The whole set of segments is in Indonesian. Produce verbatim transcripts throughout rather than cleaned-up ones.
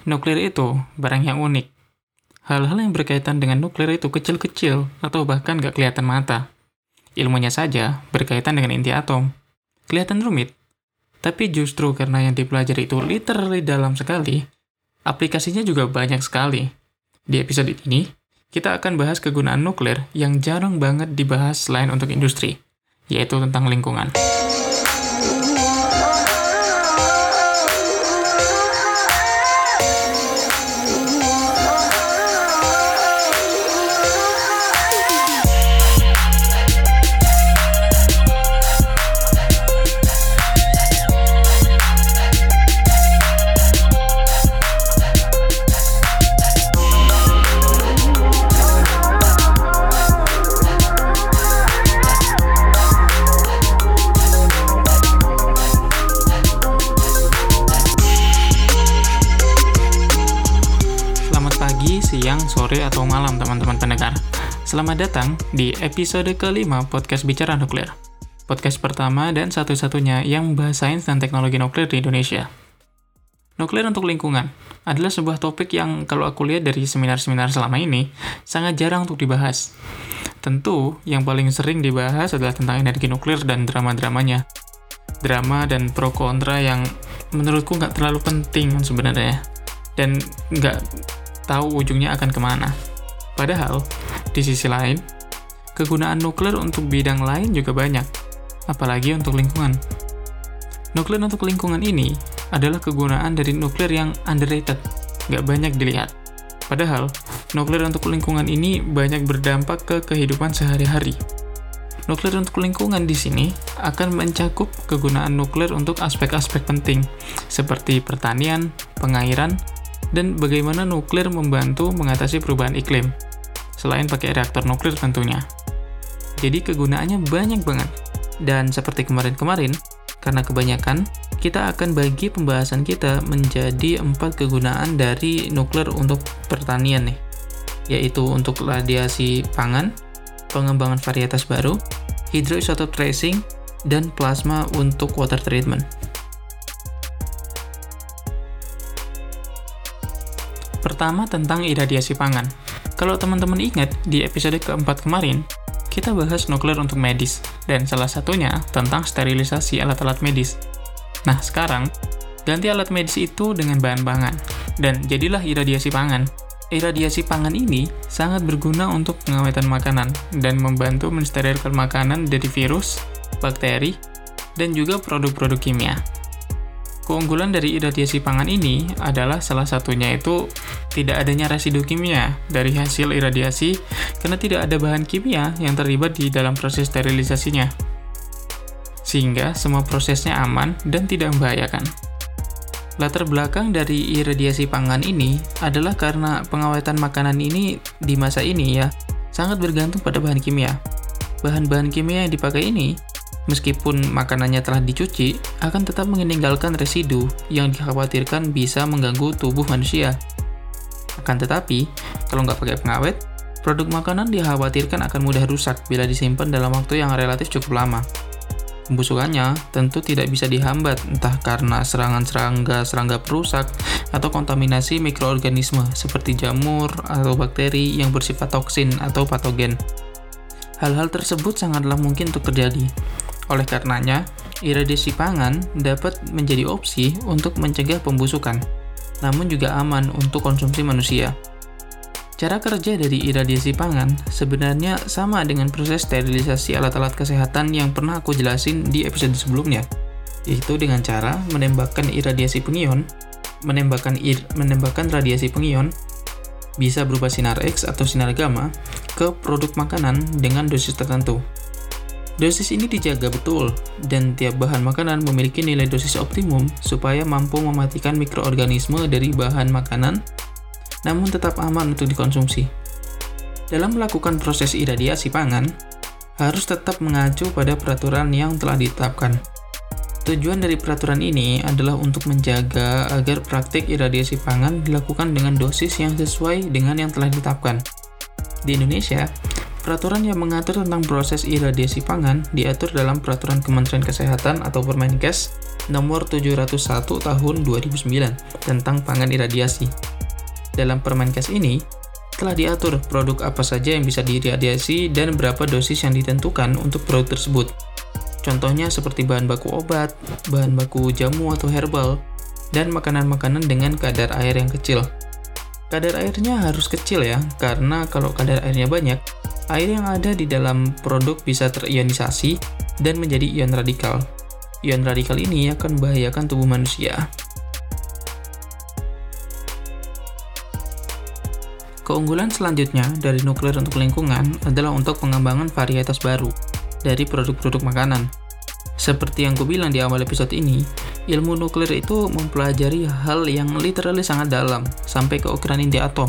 nuklir itu barang yang unik. Hal-hal yang berkaitan dengan nuklir itu kecil-kecil atau bahkan gak kelihatan mata. Ilmunya saja berkaitan dengan inti atom. Kelihatan rumit, tapi justru karena yang dipelajari itu literally dalam sekali, aplikasinya juga banyak sekali. Di episode ini, kita akan bahas kegunaan nuklir yang jarang banget dibahas selain untuk industri, yaitu tentang lingkungan. Siang, sore, atau malam teman-teman pendengar. Selamat datang di episode kelima podcast Bicara Nuklir. Podcast pertama dan satu-satunya yang membahas sains dan teknologi nuklir di Indonesia. Nuklir untuk lingkungan adalah sebuah topik yang kalau aku lihat dari seminar-seminar selama ini, sangat jarang untuk dibahas. Tentu, yang paling sering dibahas adalah tentang energi nuklir dan drama-dramanya. Drama dan pro kontra yang menurutku nggak terlalu penting sebenarnya. Dan nggak tahu ujungnya akan kemana. Padahal, di sisi lain, kegunaan nuklir untuk bidang lain juga banyak, apalagi untuk lingkungan. Nuklir untuk lingkungan ini adalah kegunaan dari nuklir yang underrated, nggak banyak dilihat. Padahal, nuklir untuk lingkungan ini banyak berdampak ke kehidupan sehari-hari. Nuklir untuk lingkungan di sini akan mencakup kegunaan nuklir untuk aspek-aspek penting, seperti pertanian, pengairan, dan bagaimana nuklir membantu mengatasi perubahan iklim, selain pakai reaktor nuklir tentunya. Jadi kegunaannya banyak banget. Dan seperti kemarin-kemarin, karena kebanyakan, kita akan bagi pembahasan kita menjadi empat kegunaan dari nuklir untuk pertanian nih, yaitu untuk radiasi pangan, pengembangan varietas baru, hydroisotope tracing, dan plasma untuk water treatment. Pertama tentang iradiasi pangan. Kalau teman-teman ingat, di episode keempat kemarin, kita bahas nuklir untuk medis, dan salah satunya tentang sterilisasi alat-alat medis. Nah, sekarang, ganti alat medis itu dengan bahan pangan, dan jadilah iradiasi pangan. Iradiasi pangan ini sangat berguna untuk pengawetan makanan, dan membantu mensterilkan makanan dari virus, bakteri, dan juga produk-produk kimia. Keunggulan dari iradiasi pangan ini adalah salah satunya itu tidak adanya residu kimia dari hasil iradiasi karena tidak ada bahan kimia yang terlibat di dalam proses sterilisasinya. Sehingga semua prosesnya aman dan tidak membahayakan. Latar belakang dari iradiasi pangan ini adalah karena pengawetan makanan ini di masa ini ya sangat bergantung pada bahan kimia. Bahan-bahan kimia yang dipakai ini meskipun makanannya telah dicuci, akan tetap meninggalkan residu yang dikhawatirkan bisa mengganggu tubuh manusia. Akan tetapi, kalau nggak pakai pengawet, produk makanan dikhawatirkan akan mudah rusak bila disimpan dalam waktu yang relatif cukup lama. Pembusukannya tentu tidak bisa dihambat, entah karena serangan serangga-serangga perusak atau kontaminasi mikroorganisme seperti jamur atau bakteri yang bersifat toksin atau patogen. Hal-hal tersebut sangatlah mungkin untuk terjadi. Oleh karenanya, iradiasi pangan dapat menjadi opsi untuk mencegah pembusukan, namun juga aman untuk konsumsi manusia. Cara kerja dari iradiasi pangan sebenarnya sama dengan proses sterilisasi alat-alat kesehatan yang pernah aku jelasin di episode sebelumnya, yaitu dengan cara menembakkan iradiasi pengion, menembakkan, ir, menembakkan radiasi pengion, bisa berupa sinar X atau sinar gamma, ke produk makanan dengan dosis tertentu. Dosis ini dijaga betul, dan tiap bahan makanan memiliki nilai dosis optimum supaya mampu mematikan mikroorganisme dari bahan makanan, namun tetap aman untuk dikonsumsi. Dalam melakukan proses iradiasi pangan, harus tetap mengacu pada peraturan yang telah ditetapkan. Tujuan dari peraturan ini adalah untuk menjaga agar praktik iradiasi pangan dilakukan dengan dosis yang sesuai dengan yang telah ditetapkan. Di Indonesia, Peraturan yang mengatur tentang proses iradiasi pangan diatur dalam Peraturan Kementerian Kesehatan atau Permenkes nomor tujuh ratus satu tahun dua ribu sembilan tentang pangan iradiasi. Dalam Permenkes ini, telah diatur produk apa saja yang bisa diiradiasi dan berapa dosis yang ditentukan untuk produk tersebut. Contohnya seperti bahan baku obat, bahan baku jamu atau herbal, dan makanan-makanan dengan kadar air yang kecil. Kadar airnya harus kecil ya, karena kalau kadar airnya banyak, air yang ada di dalam produk bisa terionisasi dan menjadi ion radikal. Ion radikal ini akan membahayakan tubuh manusia. Keunggulan selanjutnya dari nuklir untuk lingkungan adalah untuk pengembangan varietas baru dari produk-produk makanan. Seperti yang gue bilang di awal episode ini, ilmu nuklir itu mempelajari hal yang literally sangat dalam, sampai ke ukuran inti atom.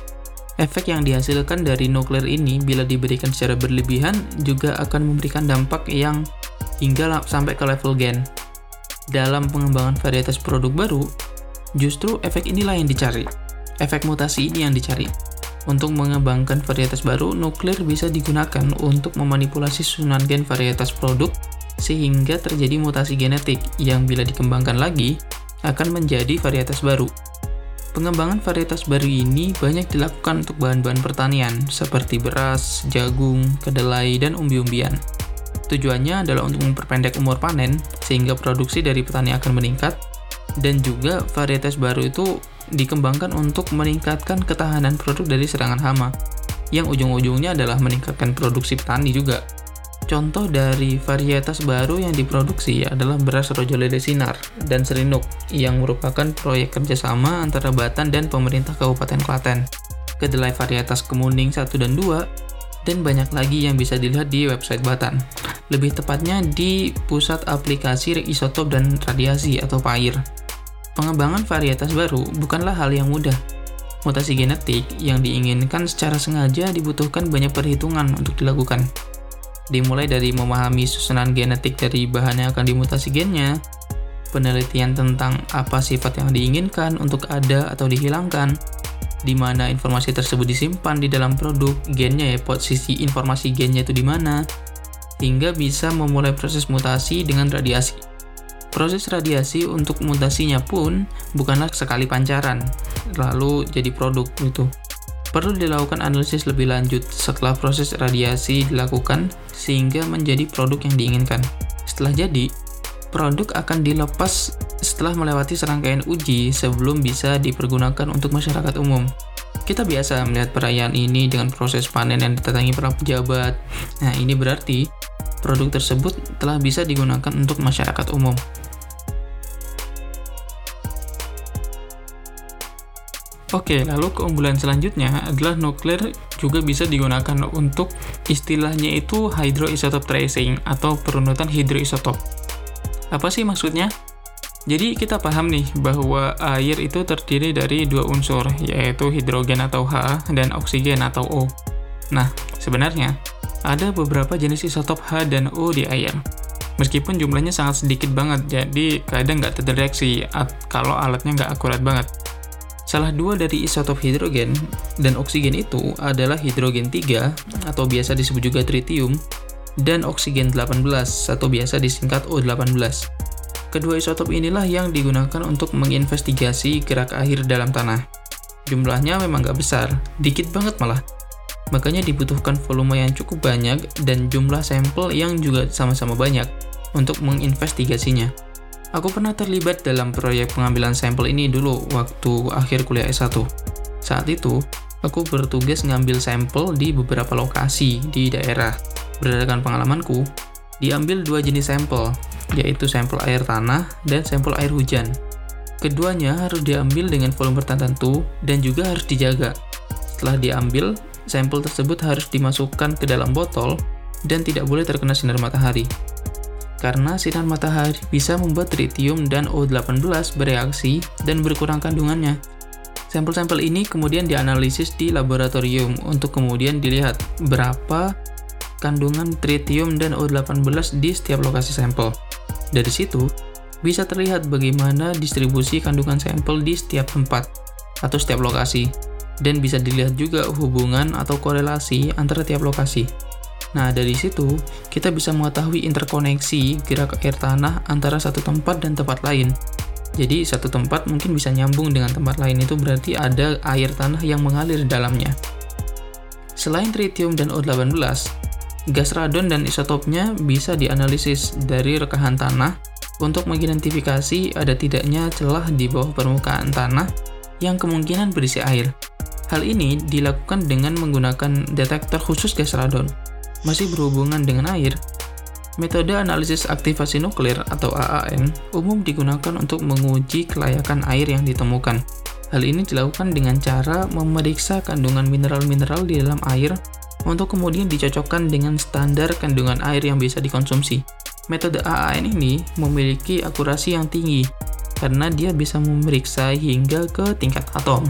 Efek yang dihasilkan dari nuklir ini bila diberikan secara berlebihan juga akan memberikan dampak yang hingga sampai ke level gen. Dalam pengembangan varietas produk baru, justru efek inilah yang dicari. Efek mutasi ini yang dicari. Untuk mengembangkan varietas baru, nuklir bisa digunakan untuk memanipulasi susunan gen varietas produk sehingga terjadi mutasi genetik yang bila dikembangkan lagi akan menjadi varietas baru. Pengembangan varietas baru ini banyak dilakukan untuk bahan-bahan pertanian seperti beras, jagung, kedelai, dan umbi-umbian. Tujuannya adalah untuk memperpendek umur panen sehingga produksi dari petani akan meningkat, dan juga varietas baru itu dikembangkan untuk meningkatkan ketahanan produk dari serangan hama, yang ujung-ujungnya adalah meningkatkan produksi petani juga. Contoh dari varietas baru yang diproduksi adalah beras Rojolele Sinar dan Serinuk yang merupakan proyek kerjasama antara Batan dan pemerintah Kabupaten Klaten. Kedelai varietas Kemuning satu dan dua, dan banyak lagi yang bisa dilihat di website Batan. Lebih tepatnya di Pusat Aplikasi Isotop dan Radiasi atau P A I R. Pengembangan varietas baru bukanlah hal yang mudah. Mutasi genetik yang diinginkan secara sengaja dibutuhkan banyak perhitungan untuk dilakukan. Dimulai dari memahami susunan genetik dari bahan yang akan dimutasi gennya, penelitian tentang apa sifat yang diinginkan untuk ada atau dihilangkan, di mana informasi tersebut disimpan di dalam produk, gennya ya, posisi informasi gennya itu di mana, hingga bisa memulai proses mutasi dengan radiasi. Proses radiasi untuk mutasinya pun bukanlah sekali pancaran, lalu jadi produk gitu. Perlu dilakukan analisis lebih lanjut setelah proses radiasi dilakukan sehingga menjadi produk yang diinginkan. Setelah jadi, produk akan dilepas setelah melewati serangkaian uji sebelum bisa dipergunakan untuk masyarakat umum. Kita biasa melihat perayaan ini dengan proses panen yang didatangi para pejabat. Nah, ini berarti produk tersebut telah bisa digunakan untuk masyarakat umum. Oke, lalu keunggulan selanjutnya adalah nuklir juga bisa digunakan untuk istilahnya itu hydroisotop tracing atau perunutan hidroisotop. Apa sih maksudnya? Jadi kita paham nih bahwa air itu terdiri dari dua unsur, yaitu hidrogen atau H dan oksigen atau O. Nah, sebenarnya ada beberapa jenis isotop H dan O di air. Meskipun jumlahnya sangat sedikit banget, jadi kadang nggak terdeteksi kalau alatnya nggak akurat banget. Salah dua dari isotop hidrogen dan oksigen itu adalah hidrogen tiga atau biasa disebut juga tritium dan oksigen delapan belas atau biasa disingkat O delapan belas. Kedua isotop inilah yang digunakan untuk menginvestigasi gerak air dalam tanah. Jumlahnya memang nggak besar, dikit banget malah. Makanya dibutuhkan volume yang cukup banyak dan jumlah sampel yang juga sama-sama banyak untuk menginvestigasinya. Aku pernah terlibat dalam proyek pengambilan sampel ini dulu waktu akhir kuliah S satu. Saat itu, aku bertugas ngambil sampel di beberapa lokasi di daerah. Berdasarkan pengalamanku, diambil dua jenis sampel, yaitu sampel air tanah dan sampel air hujan. Keduanya harus diambil dengan volume tertentu dan juga harus dijaga. Setelah diambil, sampel tersebut harus dimasukkan ke dalam botol dan tidak boleh terkena sinar matahari. Karena sinar matahari bisa membuat tritium dan O delapan belas bereaksi dan berkurang kandungannya. Sampel-sampel ini kemudian dianalisis di laboratorium untuk kemudian dilihat berapa kandungan tritium dan O delapan belas di setiap lokasi sampel. Dari situ, bisa terlihat bagaimana distribusi kandungan sampel di setiap tempat atau setiap lokasi. Dan bisa dilihat juga hubungan atau korelasi antara tiap lokasi. Nah, dari situ, kita bisa mengetahui interkoneksi gerak air tanah antara satu tempat dan tempat lain. Jadi, satu tempat mungkin bisa nyambung dengan tempat lain, itu berarti ada air tanah yang mengalir di dalamnya. Selain tritium dan O delapan belas, gas radon dan isotopnya bisa dianalisis dari rekahan tanah untuk mengidentifikasi ada tidaknya celah di bawah permukaan tanah yang kemungkinan berisi air. Hal ini dilakukan dengan menggunakan detektor khusus gas radon. Masih berhubungan dengan air, metode analisis aktivasi nuklir atau A A N umum digunakan untuk menguji kelayakan air yang ditemukan. Hal ini dilakukan dengan cara memeriksa kandungan mineral-mineral di dalam air untuk kemudian dicocokkan dengan standar kandungan air yang bisa dikonsumsi. Metode A A N ini memiliki akurasi yang tinggi karena dia bisa memeriksa hingga ke tingkat atom.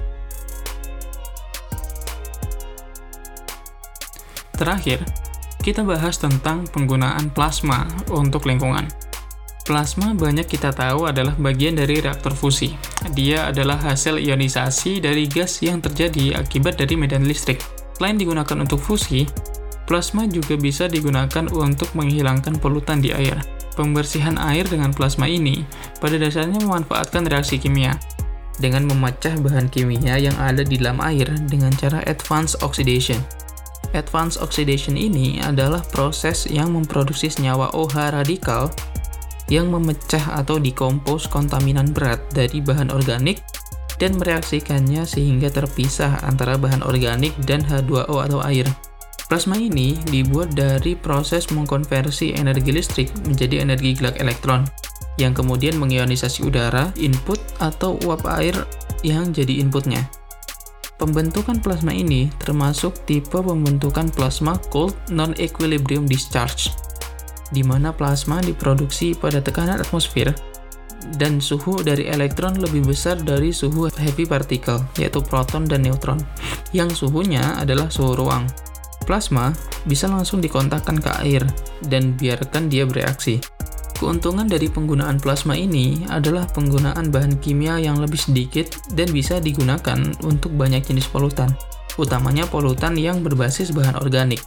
Terakhir, kita bahas tentang penggunaan plasma untuk lingkungan. Plasma banyak kita tahu adalah bagian dari reaktor fusi. Dia adalah hasil ionisasi dari gas yang terjadi akibat dari medan listrik. Selain digunakan untuk fusi, plasma juga bisa digunakan untuk menghilangkan polutan di air. Pembersihan air dengan plasma ini pada dasarnya memanfaatkan reaksi kimia dengan memecah bahan kimia yang ada di dalam air dengan cara advanced oxidation. Advanced oxidation ini adalah proses yang memproduksi senyawa O H radikal yang memecah atau dekompos kontaminan berat dari bahan organik dan mereaksikannya sehingga terpisah antara bahan organik dan H dua O atau air. Plasma ini dibuat dari proses mengkonversi energi listrik menjadi energi gelak elektron yang kemudian mengionisasi udara, input, atau uap air yang jadi inputnya. Pembentukan plasma ini termasuk tipe pembentukan plasma cold non-equilibrium discharge, di mana plasma diproduksi pada tekanan atmosfer dan suhu dari elektron lebih besar dari suhu heavy particle, yaitu proton dan neutron, yang suhunya adalah suhu ruang. Plasma bisa langsung dikontakkan ke air dan biarkan dia bereaksi. Keuntungan dari penggunaan plasma ini adalah penggunaan bahan kimia yang lebih sedikit dan bisa digunakan untuk banyak jenis polutan, utamanya polutan yang berbasis bahan organik.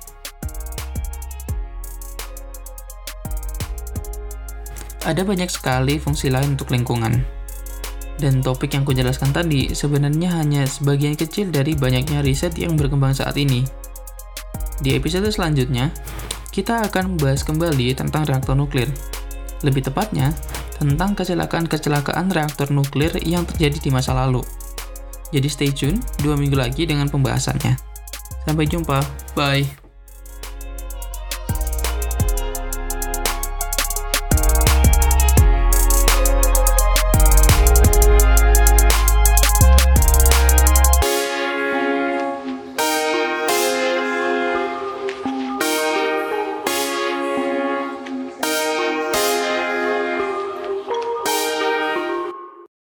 Ada banyak sekali fungsi lain untuk lingkungan. Dan topik yang kujelaskan tadi sebenarnya hanya sebagian kecil dari banyaknya riset yang berkembang saat ini. Di episode selanjutnya, kita akan membahas kembali tentang reaktor nuklir. Lebih tepatnya, tentang kecelakaan-kecelakaan reaktor nuklir yang terjadi di masa lalu. Jadi stay tune, dua minggu lagi dengan pembahasannya. Sampai jumpa, bye!